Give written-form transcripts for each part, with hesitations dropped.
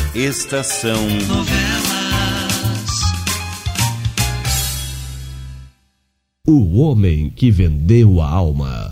Estação Novelas. O homem que vendeu a alma.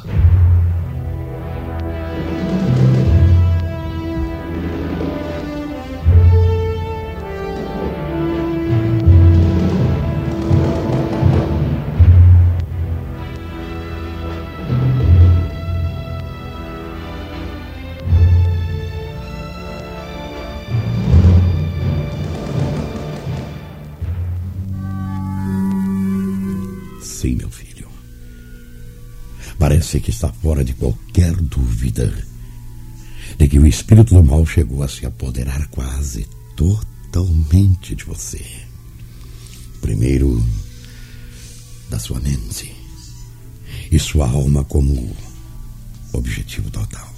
Sim, meu filho. Parece que está fora de qualquer dúvida de que o espírito do mal chegou a se apoderar quase totalmente de você. Primeiro, da sua mente e sua alma como objetivo total.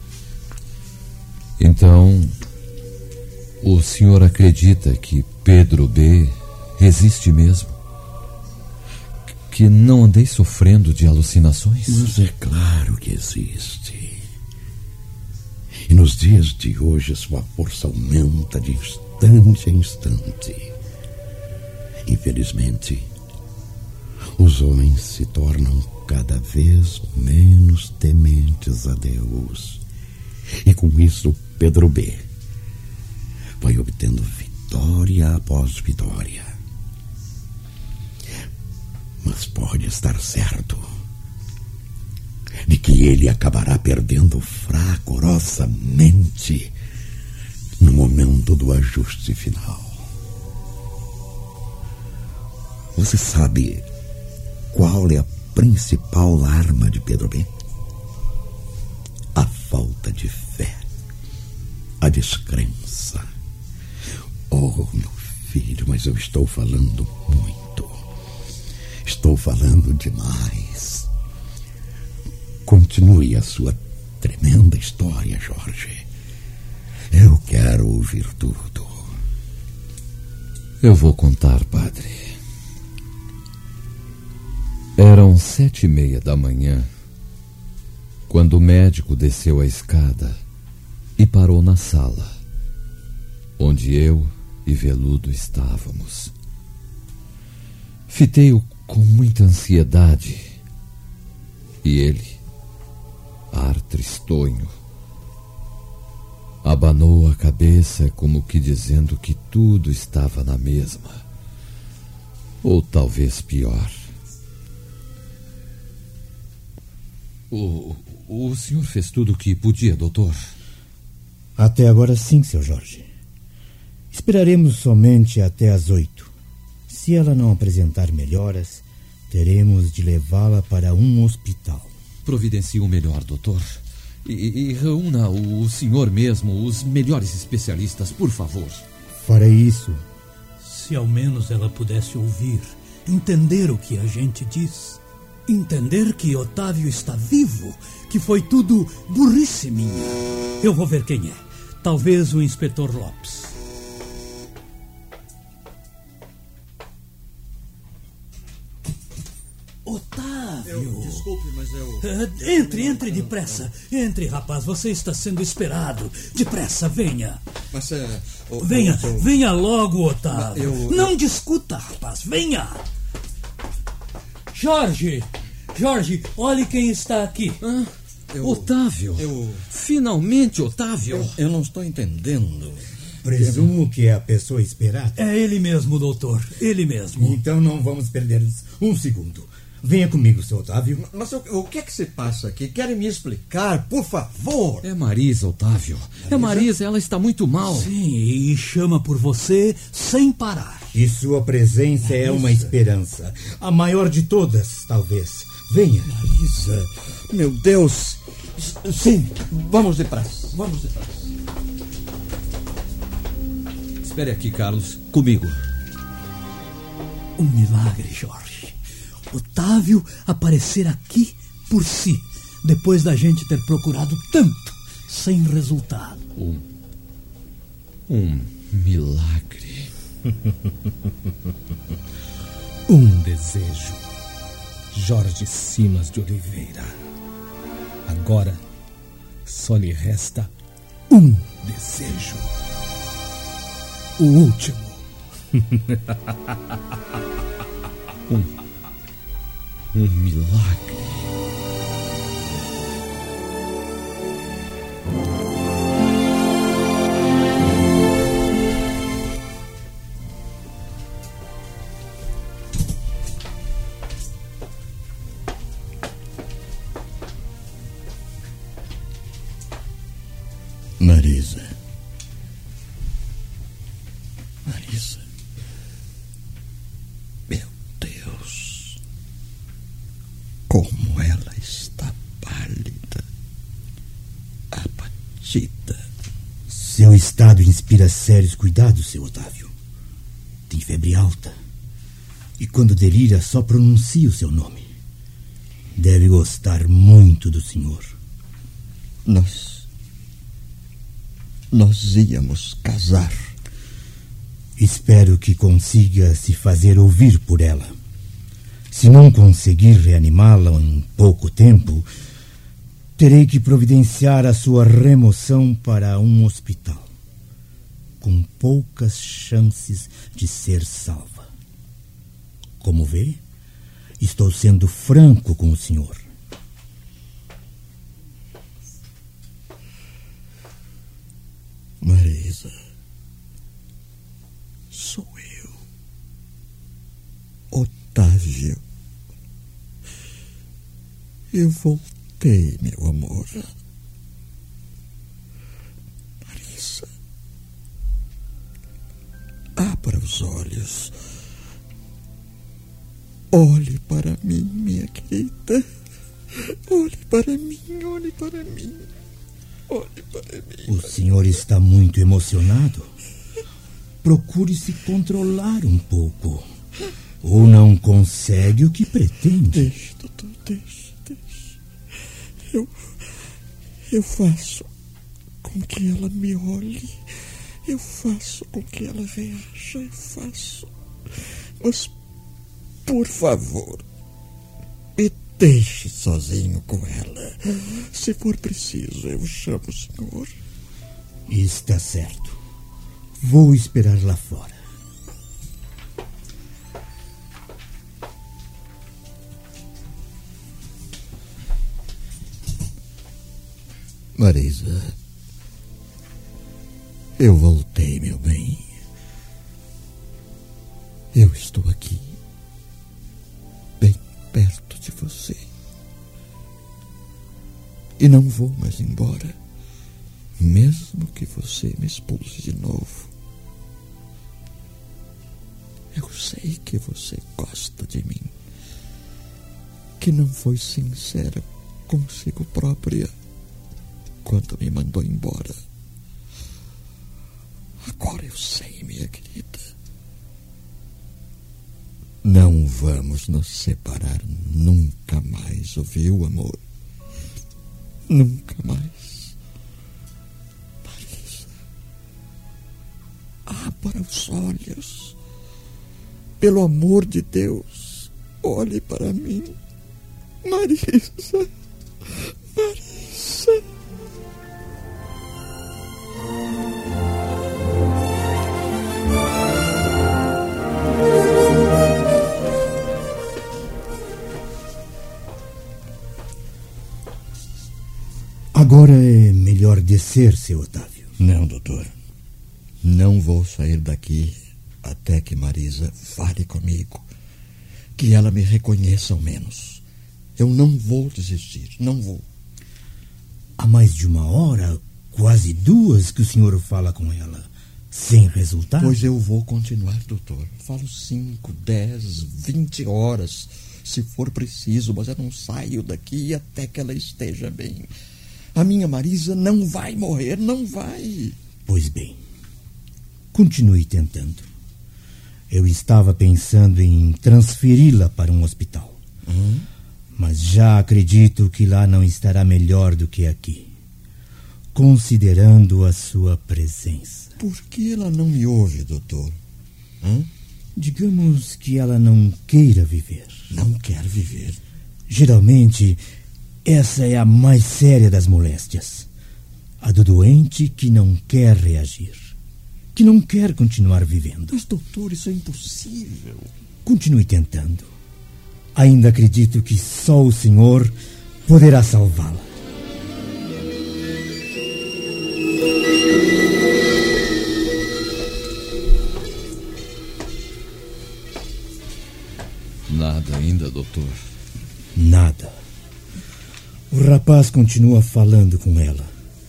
Então, o senhor acredita que Pedro B. existe mesmo? Que não andei sofrendo de alucinações? Mas é claro que existe. E nos dias de hoje sua força aumenta de instante em instante. Infelizmente, os homens se tornam cada vez menos tementes a Deus. E com isso, Pedro B. vai obtendo vitória após vitória. Mas pode estar certo de que ele acabará perdendo fragorosamente no momento do ajuste final. Você sabe qual é a principal arma de Pedro B? A falta de fé, a descrença. Oh, meu filho, mas eu estou falando muito. Estou falando demais. Continue a sua tremenda história, Jorge. Eu quero ouvir tudo. Eu vou contar, padre. Eram 7:30 da manhã, quando o médico desceu a escada e parou na sala, onde eu e Veludo estávamos. Fitei-o com muita ansiedade, e ele, ar tristonho, abanou a cabeça como que dizendo que tudo estava na mesma, ou talvez pior. O senhor fez tudo o que podia, doutor? Até agora sim, seu Jorge. Esperaremos somente até às 8. Se ela não apresentar melhoras, teremos de levá-la para um hospital. Providencie o melhor, doutor. E reúna o senhor mesmo, os melhores especialistas, por favor. Farei isso. Se ao menos ela pudesse ouvir, entender o que a gente diz. Entender que Otávio está vivo, que foi tudo burrice minha. Eu vou ver quem é. Talvez o inspetor Lopes. Otávio! Desculpe, mas eu... Entre depressa. Entre, rapaz, você está sendo esperado. Depressa, venha. Mas Venha logo, Otávio. Não discuta, rapaz, venha. Jorge, olhe quem está aqui. Otávio. Finalmente, Otávio. Eu não estou entendendo. Presumo que é a pessoa esperada. É ele mesmo, doutor. Ele mesmo. Então não vamos perder um segundo. Venha comigo, seu Otávio. Mas o que é que se passa aqui? Querem me explicar, por favor? É Marisa, Otávio. É Marisa, ela está muito mal. Sim, e chama por você sem parar. E sua presença é uma esperança. A maior de todas, talvez. Venha. Marisa, meu Deus. Sim, vamos depressa. Espere aqui, Carlos. Comigo. Um milagre, Jorge. Otávio aparecer aqui por si, depois da gente ter procurado tanto, sem resultado. Um milagre. Um desejo. Jorge Simas de Oliveira. Agora só lhe resta um desejo. O último. Um milagre. Marisa. Meu Deus. Como ela está pálida. Abatida. Seu estado inspira sérios cuidados, seu Otávio. Tem febre alta. E quando delira, só pronuncia o seu nome. Deve gostar muito do senhor. Nós íamos casar. Espero que consiga se fazer ouvir por ela. Se não conseguir reanimá-la em pouco tempo, terei que providenciar a sua remoção para um hospital, com poucas chances de ser salva. Como vê, estou sendo franco com o senhor. Marisa, sou eu, Otávio. Eu voltei, meu amor. Marisa, abra os olhos. Olhe para mim, minha querida. Olhe para mim, olhe para mim. Olhe para mim. O senhor está muito emocionado. Procure se controlar um pouco. Ou não consegue o que pretende. Deixa, doutor, deixa. Eu faço com que ela me olhe. Eu faço com que ela reaja. Eu faço. Mas, por favor, me deixe sozinho com ela. Se for preciso, eu chamo o senhor. Está certo. Vou esperar lá fora. Marisa, eu voltei, meu bem. Eu estou aqui, bem perto de você. E não vou mais embora, mesmo que você me expulse de novo. Eu sei que você gosta de mim, que não foi sincera consigo própria quando me mandou embora. Agora eu sei, minha querida. Não vamos nos separar nunca mais, ouviu, amor? Nunca mais. Marisa, abra os olhos. Pelo amor de Deus, olhe para mim. Marisa. Marisa. Agora é melhor descer, seu Otávio. Não, doutor. Não vou sair daqui até que Marisa fale comigo. Que ela me reconheça ao menos. Eu não vou desistir, não vou. Há mais de 1 hora, quase 2, que o senhor fala com ela, sem resultado? Pois eu vou continuar, doutor. Falo 5, 10, 20 horas, se for preciso, mas eu não saio daqui até que ela esteja bem. A minha Marisa não vai morrer, não vai. Pois bem, continue tentando. Eu estava pensando em transferi-la para um hospital. Mas já acredito que lá não estará melhor do que aqui, considerando a sua presença. Por que ela não me ouve, doutor? Digamos que ela não queira viver. Não quer viver? Geralmente, essa é a mais séria das moléstias. A do doente que não quer reagir. que não quer continuar vivendo. Mas, doutor, isso é impossível. Continue tentando. Ainda acredito que só o senhor poderá salvá-la. Nada ainda, doutor. Nada. O rapaz continua falando com ela,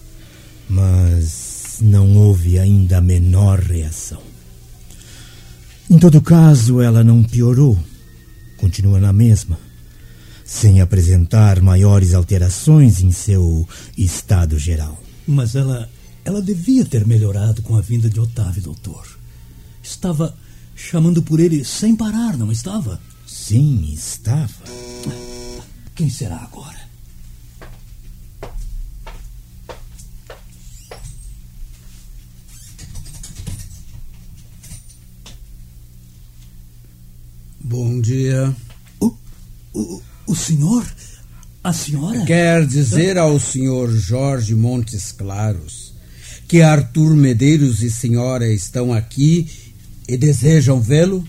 mas não houve ainda a menor reação. Em todo caso, ela não piorou. Continua na mesma, sem apresentar maiores alterações em seu estado geral. Mas ela devia ter melhorado com a vinda de Otávio, doutor. Estava chamando por ele sem parar, não estava? Sim, estava. Quem será agora? Bom dia. O senhor? A senhora? Quer dizer ao senhor Jorge Montes Claros que Arthur Medeiros e senhora estão aqui e desejam vê-lo?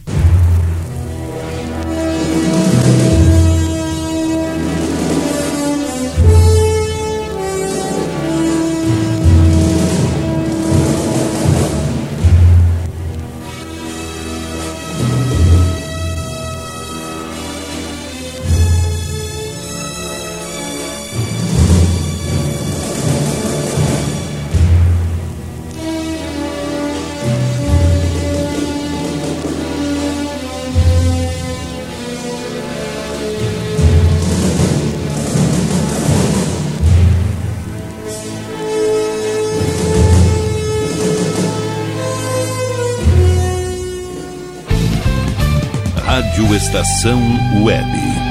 Rádio Estação Web.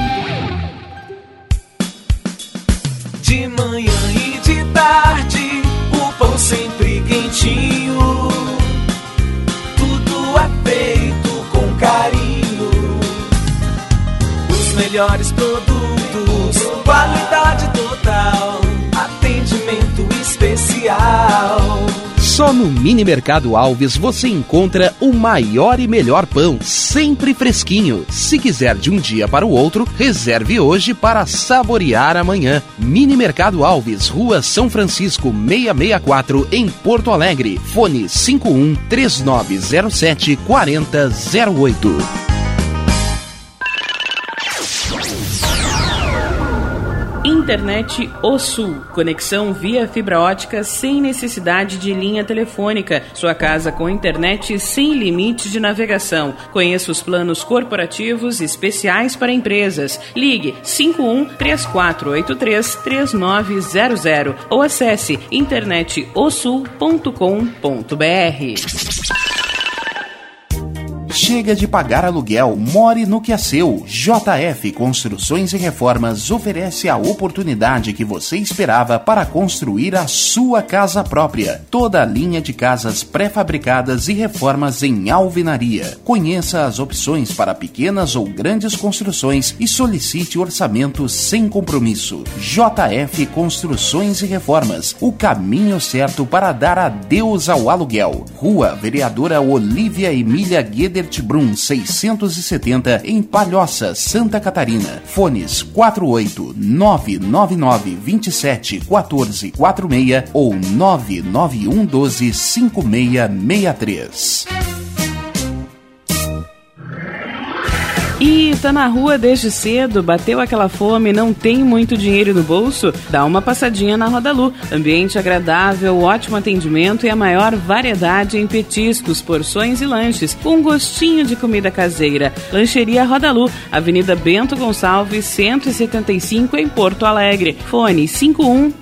De manhã e de tarde, o pão sempre quentinho. Tudo é feito com carinho. Os melhores produtos, qualidade total, atendimento especial. Só no Mini Mercado Alves você encontra o maior e melhor pão, sempre fresquinho. Se quiser de um dia para o outro, reserve hoje para saborear amanhã. Mini Mercado Alves, Rua São Francisco 664, em Porto Alegre. Fone 51-3907-4008. Internet O Sul. Conexão via fibra ótica sem necessidade de linha telefônica. Sua casa com internet sem limite de navegação. Conheça os planos corporativos especiais para empresas. Ligue 51-3483-3900 ou acesse internetosul.com.br. Chega de pagar aluguel, more no que é seu. JF Construções e Reformas oferece a oportunidade que você esperava para construir a sua casa própria. Toda a linha de casas pré-fabricadas e reformas em alvenaria. Conheça as opções para pequenas ou grandes construções e solicite orçamento sem compromisso. JF Construções e Reformas, o caminho certo para dar adeus ao aluguel. Rua Vereadora Olívia Emília Gueder Brum 670 em Palhoça, Santa Catarina. Fones 48999271446 ou 991125663. E tá na rua desde cedo, bateu aquela fome, não tem muito dinheiro no bolso? Dá uma passadinha na Rodalu. Ambiente agradável, ótimo atendimento e a maior variedade em petiscos, porções e lanches, com gostinho de comida caseira. Lancheria Rodalu, Avenida Bento Gonçalves, 175 em Porto Alegre. Fone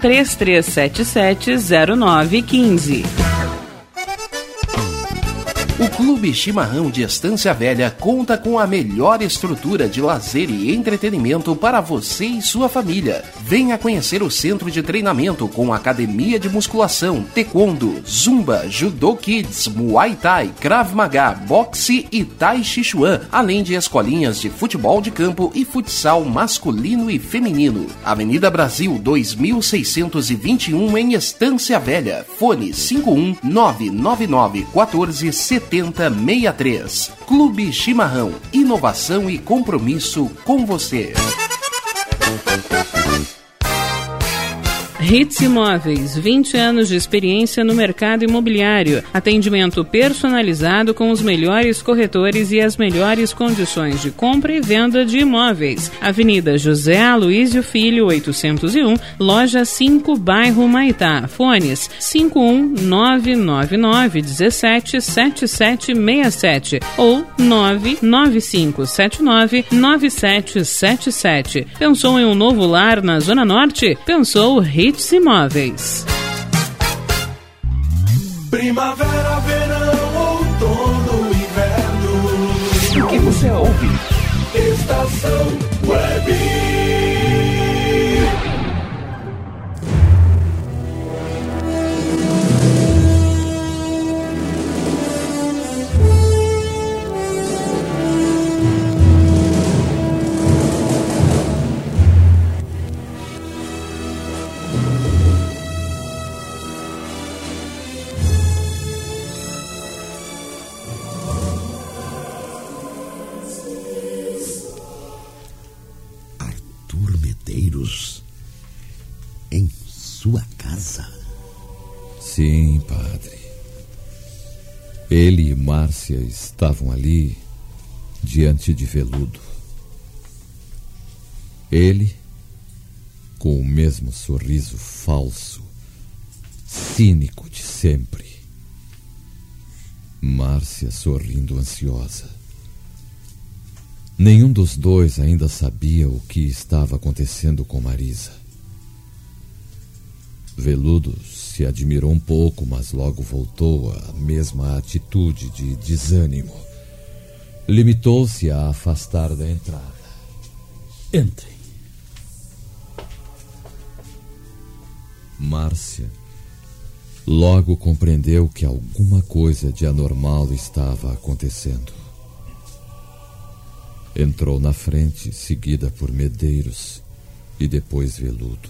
51-3377-0915. O Clube Chimarrão de Estância Velha conta com a melhor estrutura de lazer e entretenimento para você e sua família. Venha conhecer o centro de treinamento com academia de musculação, taekwondo, zumba, judô kids, muay thai, krav maga, boxe e tai chi chuan, além de escolinhas de futebol de campo e futsal masculino e feminino. Avenida Brasil 2621 em Estância Velha. Fone 51999147063. Clube Chimarrão, inovação e compromisso com você. Hits Imóveis, 20 anos de experiência no mercado imobiliário. Atendimento personalizado com os melhores corretores e as melhores condições de compra e venda de imóveis. Avenida José Aloísio Filho, 801, Loja 5, bairro Maitá. Fones 51999177767 ou 995799777. Pensou em um novo lar na Zona Norte? Pensou Hits Imóveis. Primavera, verão, outono, inverno. O que você ouve? Estação Web. Em sua casa? Sim, padre. Ele e Márcia estavam ali, diante de Veludo. Ele, com o mesmo sorriso falso, cínico de sempre. Márcia sorrindo ansiosa. Nenhum dos dois ainda sabia o que estava acontecendo com Marisa. Veludo se admirou um pouco, mas logo voltou à mesma atitude de desânimo. Limitou-se a afastar da entrada. Entrem. Márcia logo compreendeu que alguma coisa de anormal estava acontecendo. Entrou na frente, seguida por Medeiros e depois Veludo.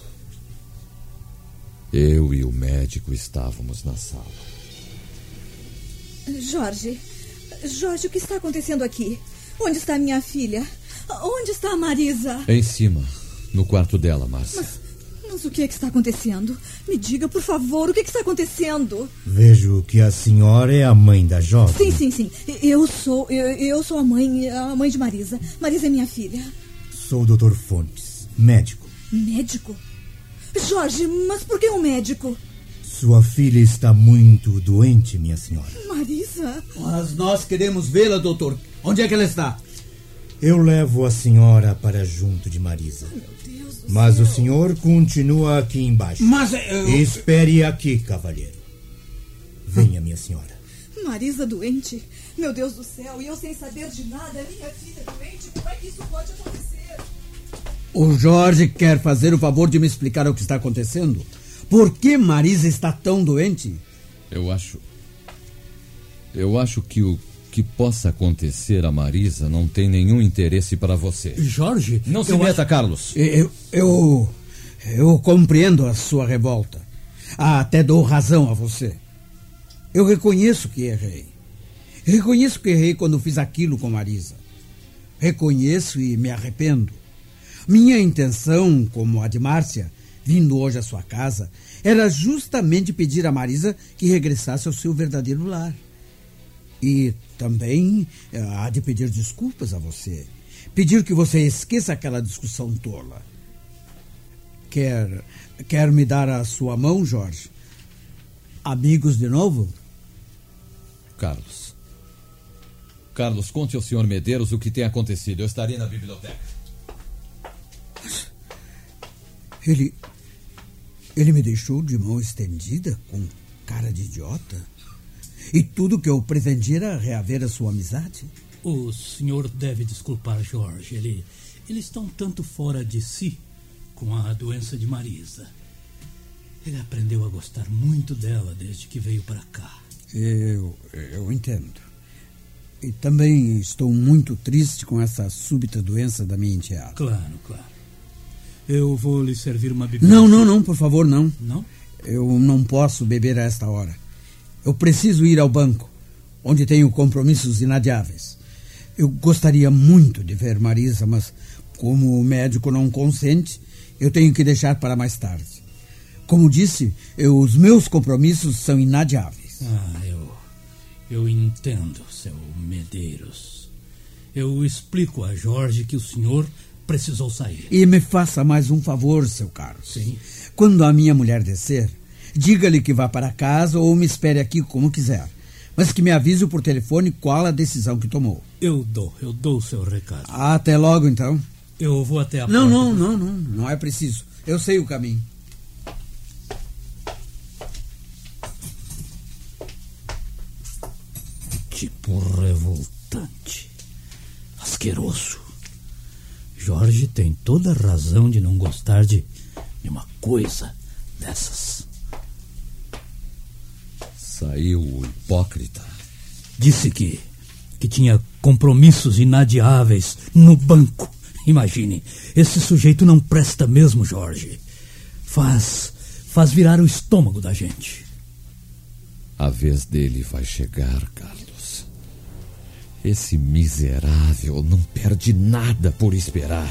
Eu e o médico estávamos na sala. Jorge, o que está acontecendo aqui? Onde está minha filha? Onde está a Marisa? Em cima, no quarto dela, Márcia. Mas o que é que está acontecendo? Me diga, por favor, o que está acontecendo? Vejo que a senhora é a mãe da jovem. Sim. Eu sou a mãe de Marisa. Marisa é minha filha. Sou o Dr. Fontes, médico. Médico? Jorge, mas por que um médico? Sua filha está muito doente, minha senhora. Marisa? Mas nós queremos vê-la, doutor. Onde é que ela está? Eu levo a senhora para junto de Marisa. Meu Deus do Mas céu. o senhor continua aqui embaixo. Mas Espere aqui, cavalheiro. Venha, minha senhora. Marisa doente? Meu Deus do céu, e eu sem saber de nada, minha filha doente, como é que isso pode acontecer? O Jorge quer fazer o favor de me explicar o que está acontecendo. Por que Marisa está tão doente? Eu acho que o que possa acontecer a Marisa não tem nenhum interesse para você. Jorge... Não se meta, Carlos. Eu compreendo a sua revolta. Até dou razão a você. Eu reconheço que errei. Reconheço que errei quando fiz aquilo com Marisa. Reconheço e me arrependo. Minha intenção, como a de Márcia, vindo hoje à sua casa, era justamente pedir a Marisa que regressasse ao seu verdadeiro lar. E também há de pedir desculpas a você. Pedir que você esqueça aquela discussão tola. Quer me dar a sua mão, Jorge? Amigos de novo? Carlos, conte ao Sr. Medeiros o que tem acontecido. Eu estarei na biblioteca. Ele me deixou de mão estendida, com cara de idiota. E tudo que eu pretendia era reaver a sua amizade. O senhor deve desculpar, Jorge. Ele está um tanto fora de si com a doença de Marisa. Ele aprendeu a gostar muito dela desde que veio para cá. Eu entendo. E também estou muito triste com essa súbita doença da minha enteada. Claro. Eu vou lhe servir uma bebida. Não, por favor, não. Não? Eu não posso beber a esta hora. Eu preciso ir ao banco, onde tenho compromissos inadiáveis. Eu gostaria muito de ver Marisa, mas como o médico não consente, eu tenho que deixar para mais tarde. Como disse, os meus compromissos são inadiáveis. Eu entendo, seu Medeiros. Eu explico a Jorge que o senhor precisou sair. E me faça mais um favor, seu Carlos. Sim. Quando a minha mulher descer, diga-lhe que vá para casa ou me espere aqui como quiser. Mas que me avise por telefone qual a decisão que tomou. Eu dou o seu recado. Até logo, então. Eu vou até a porta. Não é preciso. Eu sei o caminho. Tipo revoltante. Asqueroso. Jorge tem toda a razão de não gostar de uma coisa dessas. Saiu o hipócrita. Disse que tinha compromissos inadiáveis no banco. Imagine, esse sujeito não presta mesmo, Jorge. Faz virar o estômago da gente. A vez dele vai chegar, Carlos. Esse miserável não perde nada por esperar.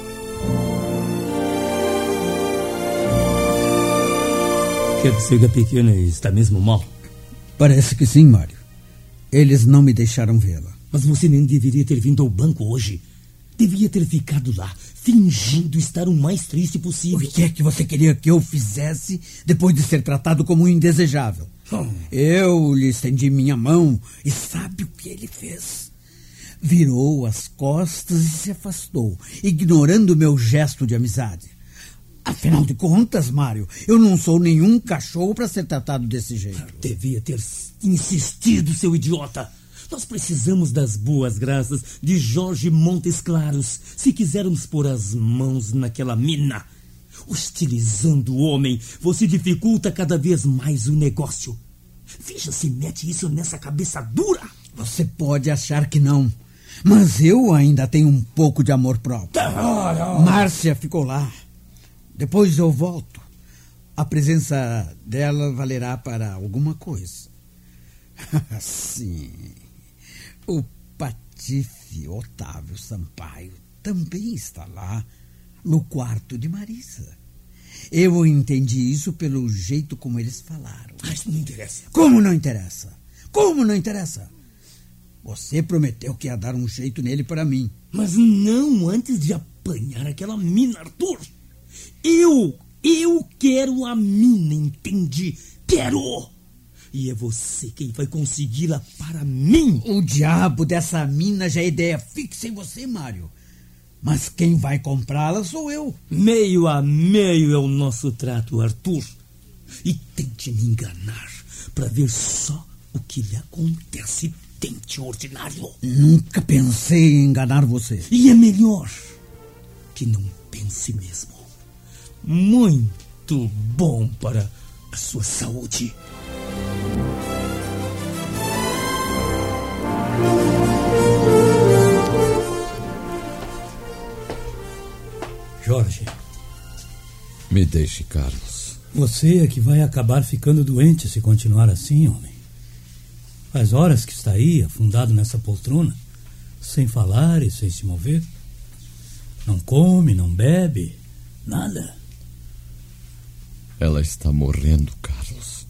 Quer dizer que a pequena está mesmo mal? Parece que sim, Mário. Eles não me deixaram vê-la. Mas você nem deveria ter vindo ao banco hoje. Devia ter ficado lá, fingindo estar o mais triste possível. O que é que você queria que eu fizesse depois de ser tratado como um indesejável? Eu lhe estendi minha mão e sabe o que ele fez? Virou as costas e se afastou, ignorando o meu gesto de amizade. Afinal de contas, Mário, eu não sou nenhum cachorro para ser tratado desse jeito. Devia ter insistido, seu idiota. Nós precisamos das boas graças de Jorge Montes Claros se quisermos pôr as mãos naquela mina. Hostilizando o homem, você dificulta cada vez mais o negócio. Veja se mete isso nessa cabeça dura. Você pode achar que não, mas eu ainda tenho um pouco de amor próprio. Márcia ficou lá. Depois eu volto. A presença dela valerá para alguma coisa. Sim. O patife Otávio Sampaio também está lá, no quarto de Marisa. Eu entendi isso pelo jeito como eles falaram. Mas não interessa. Como não interessa? Como não interessa? Você prometeu que ia dar um jeito nele para mim. Mas não antes de apanhar aquela mina, Arthur. Eu quero a mina, entende? Quero! E é você quem vai consegui-la para mim. O diabo dessa mina já é ideia fixa em você, Mário. Mas quem vai comprá-la sou eu. Meio a meio é o nosso trato, Arthur. E tente me enganar para ver só o que lhe acontece. Tente, ordinário. Nunca pensei em enganar você. E é melhor que não pense mesmo. Muito bom para a sua saúde. Jorge. Me deixe, Carlos. Você é que vai acabar ficando doente se continuar assim, homem. Faz horas que está aí, afundado nessa poltrona, sem falar e sem se mover. Não come, não bebe, nada. Ela está morrendo, Carlos.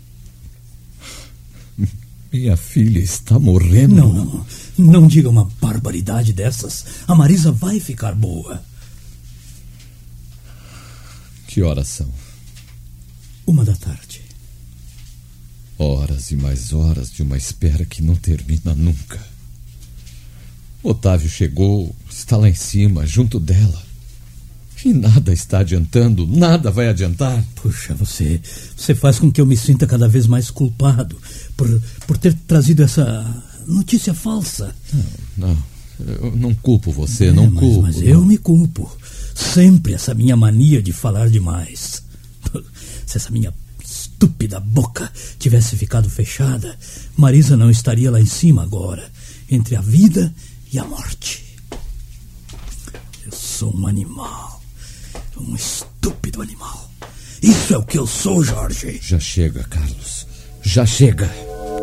Minha filha está morrendo. Não diga uma barbaridade dessas. A Marisa vai ficar boa. Que horas são? 1h. Horas e mais horas de uma espera que não termina nunca. Otávio chegou, está lá em cima, junto dela. E nada está adiantando, nada vai adiantar. Puxa, você faz com que eu me sinta cada vez mais culpado por ter trazido essa notícia falsa. Não, eu não culpo você, não culpo. Mas eu me culpo. Sempre essa minha mania de falar demais. Se essa minha estúpida boca tivesse ficado fechada, Marisa não estaria lá em cima agora, entre a vida e a morte. Eu sou um animal. Um estúpido animal. Isso é o que eu sou, Jorge. Já chega, Carlos. Já chega.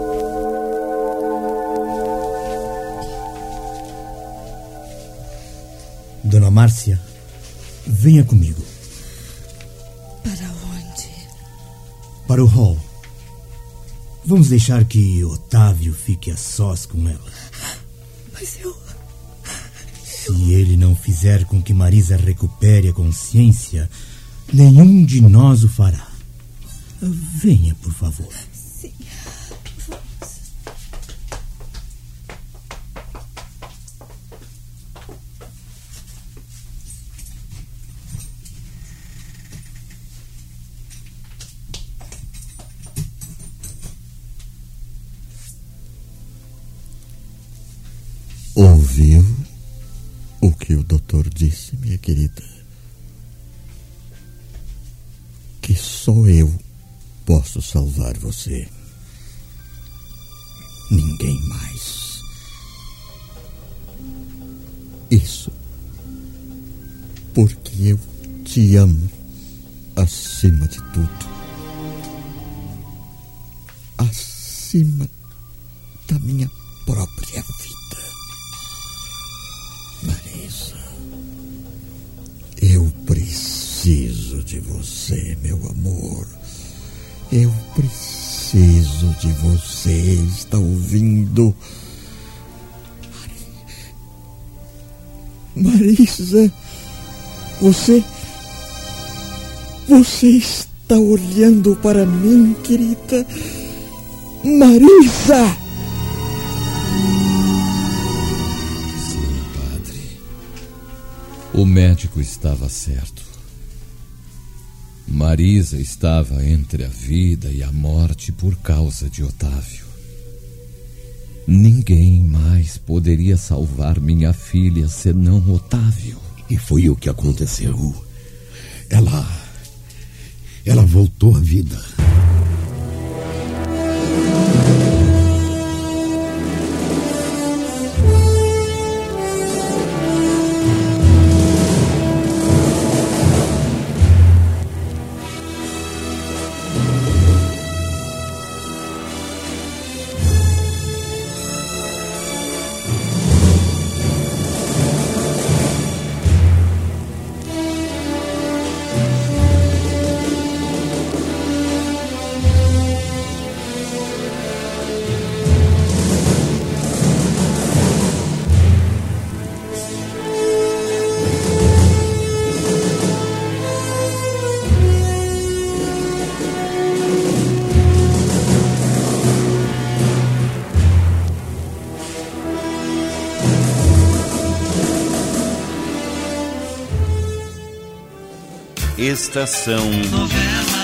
Dona Márcia, venha comigo. Para onde? Para o hall. Vamos deixar que Otávio fique a sós com ela. Mas eu... Se ele não fizer com que Marisa recupere a consciência, nenhum de nós o fará. Venha, por favor. Sim, vamos. Ouviu o que o doutor disse, minha querida? Que só eu posso salvar você. Ninguém mais. Isso porque eu te amo acima de tudo. Acima da minha própria vida. Marisa, eu preciso de você, meu amor. Eu preciso de você, está ouvindo? Marisa, você está olhando para mim, querida? Marisa! O médico estava certo. Marisa estava entre a vida e a morte por causa de Otávio. Ninguém mais poderia salvar minha filha senão Otávio. E foi o que aconteceu. Ela voltou à vida. Estação Novela.